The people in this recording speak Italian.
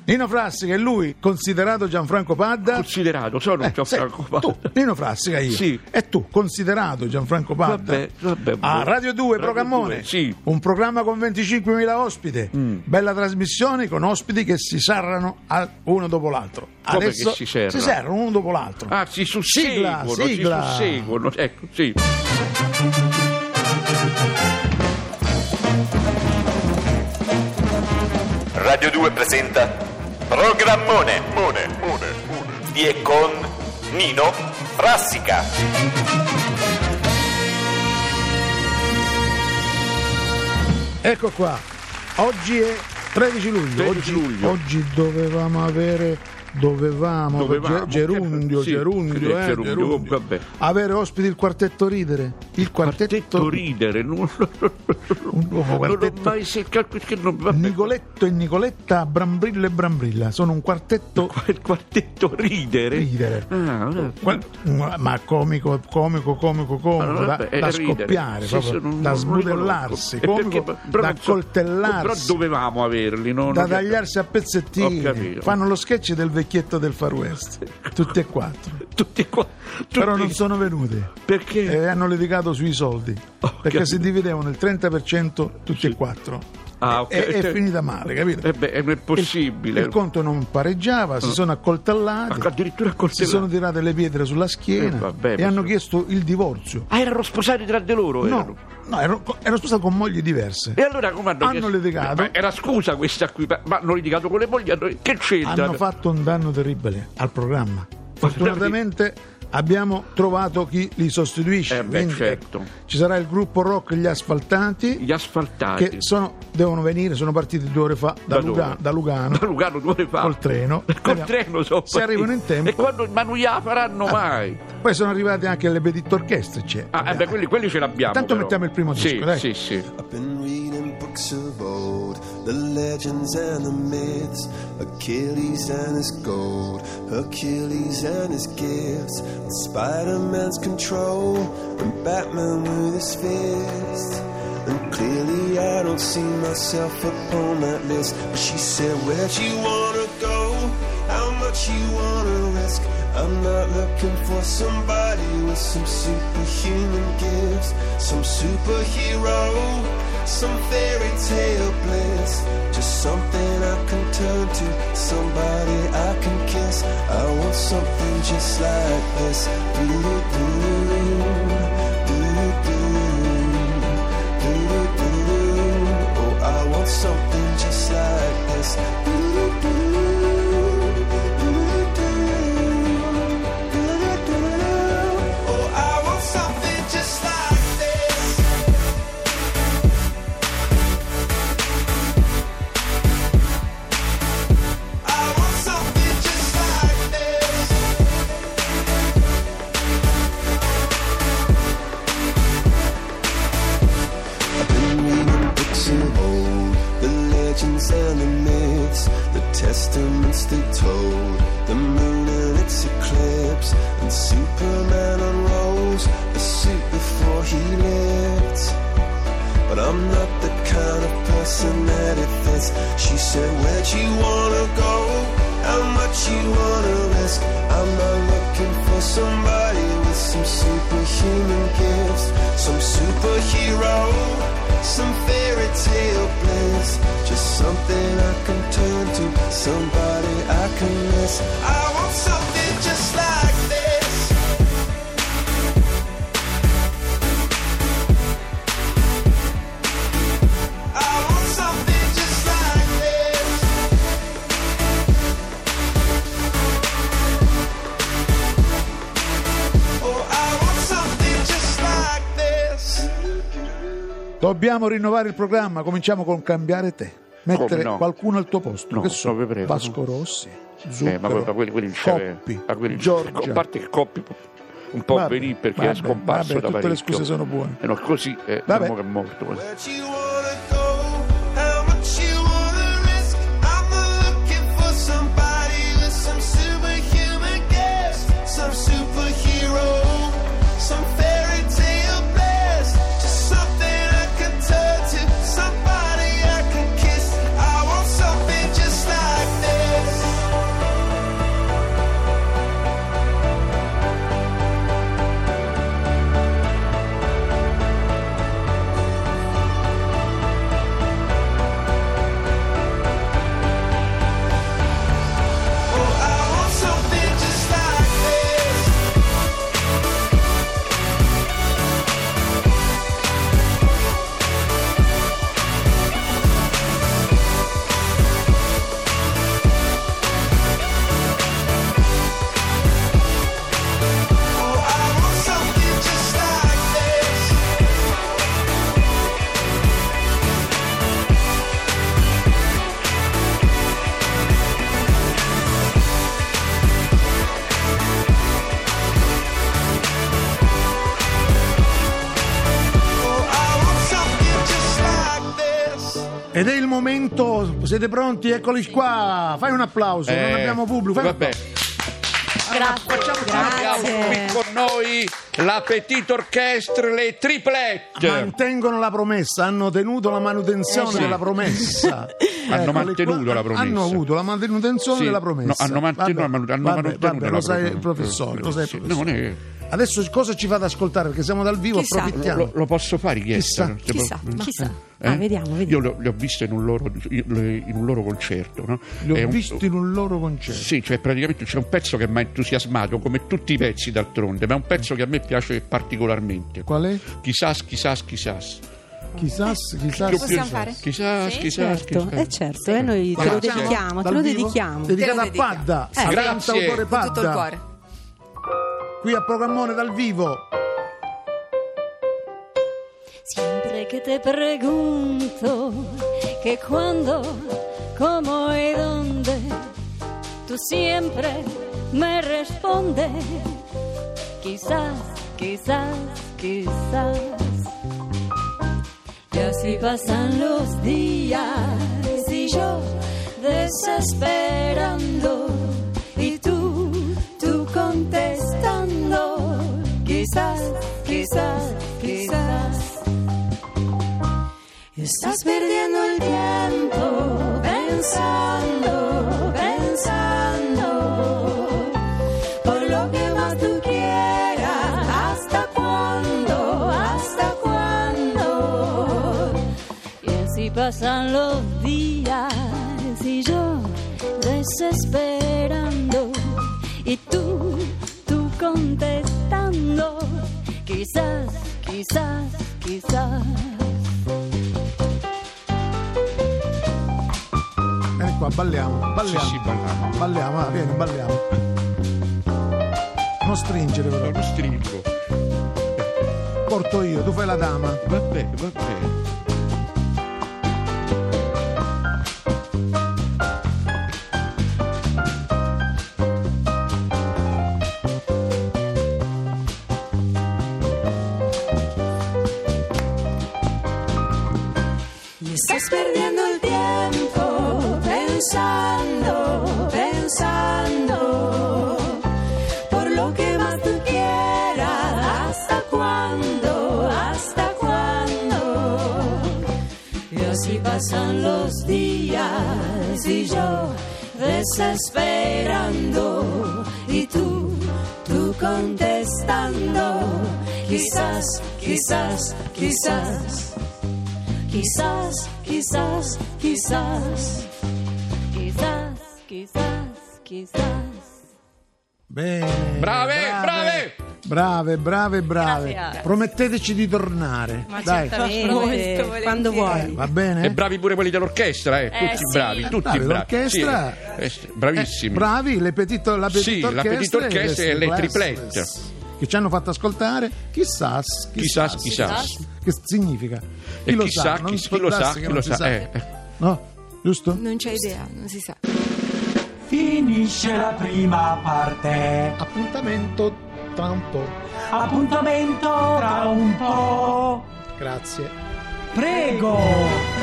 Nino Frassica e lui, considerato Gianfranco Padda. Considerato, sono Gianfranco Padda. Tu, Nino Frassica, io. Sì. E tu, considerato Gianfranco Padda. Vabbè. A Radio 2, Programmone. 2, sì. Un programma con 25.000 ospiti. Bella trasmissione con ospiti che si serrano uno dopo l'altro. Come Adesso che si serrano? Si serrano uno dopo l'altro. Ah, si susseguono, Sigla. si susseguono. Ecco, sì. Radio 2 presenta Programmone di e con Nino Frassica. Ecco qua. Oggi è 13 luglio. 13 luglio. Oggi dovevamo Gerundio, vabbè. avere ospiti il quartetto Ridere. Il quartetto Ridere, un nuovo non l'ho quartetto. mai seccato perché non vabbè. Nicoletto e Nicoletta, Brambrilla e Brambrilla. Sono un quartetto Il quartetto Ridere. Ridere. Ah, Ma comico, vabbè, da ridere. scoppiare, Sì, proprio, non da lo smodellarsi, riconosco. comico, Però da non so- coltellarsi, però dovevamo averli, no? da Non- tagliarsi a Ho pezzettini. capito. Fanno lo sketch del vecchietto del Far West, tutti e quattro. Tutti qua. Però non sono venuti Perché? e hanno litigato sui soldi, perché capito. si dividevano il 30% tutti e quattro. Ah, ok. È finita male, capito? Non è possibile. Il conto non pareggiava, si sono accoltellati, Addirittura si coltellati. sono tirate le pietre sulla schiena vabbè, e ma hanno so- chiesto il divorzio. Ah, erano sposati tra di loro? Erano. No, ero sposati con mogli diverse. E allora come hanno Hanno litigato. Ma era scusa questa qui, ma hanno litigato con le mogli, che c'entra? Hanno fatto un danno terribile al programma. Fortunatamente abbiamo trovato chi li sostituisce. Quindi, certo. ci sarà il gruppo rock Gli Asfaltati, Gli asfaltati. che devono venire, sono partiti 2 ore fa da Lugano Da Lugano 2 ore fa. col treno. Col treno sono Se arrivano in tempo. E quando, ma non gliela faranno mai. Poi sono arrivati anche le Petit Orchestre. Quelli ce l'abbiamo. Tanto però. mettiamo il primo disco, dai. Sì. I've been reading books of old, the legends and the myths, Achilles and his gold, Hercules and his gifts, Spider-Man's control, and Batman with his fist. And clearly I don't see myself upon that list. But she said, where'd you wanna go? How much you wanna risk? I'm not looking for somebody with some superhuman gifts, some superhero, some fairy tale bliss. Just something I can turn to, somebody I can kiss. I want something just like this. Oh, I want something just like this. Oh, I want something just like this. I want something just like this. I've been reading books of old, the legends and the myths, the testaments they told, the moon and its eclipse, and Superman unrolls a suit before he lived. But I'm not the kind of person that it fits. She said, where'd you wanna go? How much you wanna risk? I'm not looking for somebody with some superhuman gifts, some superhero, some fairy tale bliss. Just something I can turn to, somebody I can miss. I want something just like this. I want something just like this. Oh, I want something just like this. Dobbiamo rinnovare il programma, cominciamo con Cambiare te. Mettere Come no? qualcuno al tuo posto. No, che so? proprio prego. Vasco Rossi, Ma Zucchero, quelli Coppi, Giorgia. A parte che Coppi un po' Vabbè, venì perché vabbè, è scomparso vabbè, da tutte le parecchio. scuse sono buone. E no, così Vabbè. che è morto. Where'd you wanna go? How much you wanna risk? I'm not looking for somebody with some superhuman gifts, some superhero, some fairy tale bliss. Just something I can turn to, somebody I can kiss. I want something just like this. Ed è il momento, siete pronti? Eccoli qua, fai un applauso, non abbiamo pubblico. Vabbè. Grazie. Abbiamo qui con noi la Petite Orchestre, le Triplette. Mantengono la promessa, hanno tenuto la manutenzione sì. della promessa. Hanno Eccoli mantenuto qua. la promessa. Hanno avuto la manutenzione Sì. della promessa. No, hanno mantenuto vabbè, la lo sai il promessa. professore, lo sai il Sì, professore. non è... Adesso cosa ci fate ascoltare? Perché siamo dal vivo, Chissà. approfittiamo. Lo posso fare? Chissà. Chissà. Eh? Vediamo. Io li ho visti in un loro concerto, no? Li ho visti in un loro concerto. Sì, cioè praticamente c'è un pezzo che mi ha entusiasmato, come tutti i pezzi d'altronde, ma è un pezzo che a me piace particolarmente. Qual è? Chissà. Chissà. Possiamo fare? Chissà. Certo, e noi te lo dedichiamo, Dal vivo? Dedicato a Padda, al Grazie. cantautore con tutto il Padda. cuore. Qui a Programmone dal vivo. Siempre que te pregunto que cuándo, cómo y dónde, tú siempre me respondes, quizás. Y así pasan los días y yo desesperando y tú contestando, quizás. Estás perdiendo el tiempo pensando por lo que más tú quieras. ¿Hasta cuándo? Y así pasan los días y yo desesperando y tú contestando, quizás. Vieni qua, balliamo. Sì, balliamo. Balliamo, vieni, balliamo. Non stringere però. Lo stringo. Porto io, tu fai la dama. Va bene. Estás perdiendo el tiempo pensando por lo que más tú quieras. ¿Hasta cuándo? Y así pasan los días y yo desesperando y tú contestando, quizás. Bene. Brave. Grazie. Prometteteci di tornare. Ma Dai. certamente. Quando vuoi. Va bene? E bravi pure quelli dell'orchestra, tutti sì. bravi, tutti Bravi, bravi. l'orchestra. Sì, bravissimi. Bravi, la Petite Sì, la Petite Orchestra e le Triplette. Che ci hanno fatto ascoltare chissà. Chissà. Che significa? E chissà, chi lo sa, chi lo sa. No? Giusto? Non c'è idea, non si sa. Finisce la prima parte. Appuntamento tra un po'. Appuntamento tra un po'. Grazie. Prego.